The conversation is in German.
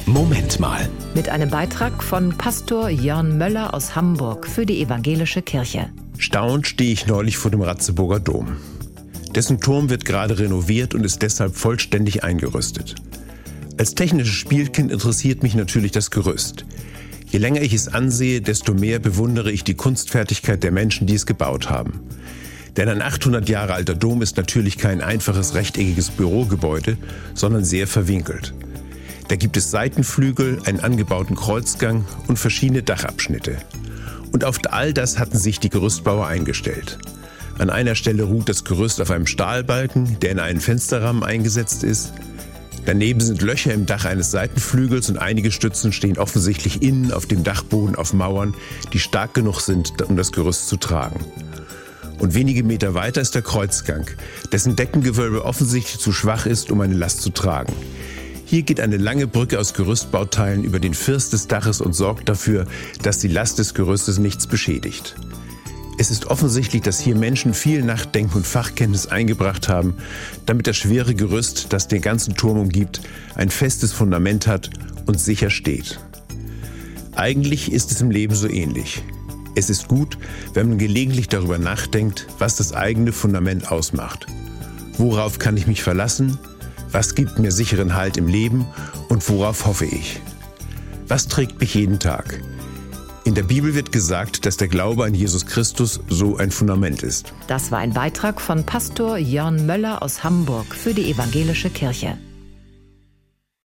Moment mal. Mit einem Beitrag von Pastor Jörn Möller aus Hamburg für die Evangelische Kirche. Staunend stehe ich neulich vor dem Ratzeburger Dom. Dessen Turm wird gerade renoviert und ist deshalb vollständig eingerüstet. Als technisches Spielkind interessiert mich natürlich das Gerüst. Je länger ich es ansehe, desto mehr bewundere ich die Kunstfertigkeit der Menschen, die es gebaut haben. Denn ein 800 Jahre alter Dom ist natürlich kein einfaches rechteckiges Bürogebäude, sondern sehr verwinkelt. Da gibt es Seitenflügel, einen angebauten Kreuzgang und verschiedene Dachabschnitte. Und auf all das hatten sich die Gerüstbauer eingestellt. An einer Stelle ruht das Gerüst auf einem Stahlbalken, der in einen Fensterrahmen eingesetzt ist. Daneben sind Löcher im Dach eines Seitenflügels und einige Stützen stehen offensichtlich innen auf dem Dachboden auf Mauern, die stark genug sind, um das Gerüst zu tragen. Und wenige Meter weiter ist der Kreuzgang, dessen Deckengewölbe offensichtlich zu schwach ist, um eine Last zu tragen. Hier geht eine lange Brücke aus Gerüstbauteilen über den First des Daches und sorgt dafür, dass die Last des Gerüstes nichts beschädigt. Es ist offensichtlich, dass hier Menschen viel Nachdenken und Fachkenntnis eingebracht haben, damit das schwere Gerüst, das den ganzen Turm umgibt, ein festes Fundament hat und sicher steht. Eigentlich ist es im Leben so ähnlich. Es ist gut, wenn man gelegentlich darüber nachdenkt, was das eigene Fundament ausmacht. Worauf kann ich mich verlassen? Was gibt mir sicheren Halt im Leben und worauf hoffe ich? Was trägt mich jeden Tag? In der Bibel wird gesagt, dass der Glaube an Jesus Christus so ein Fundament ist. Das war ein Beitrag von Pastor Jörn Möller aus Hamburg für die Evangelische Kirche.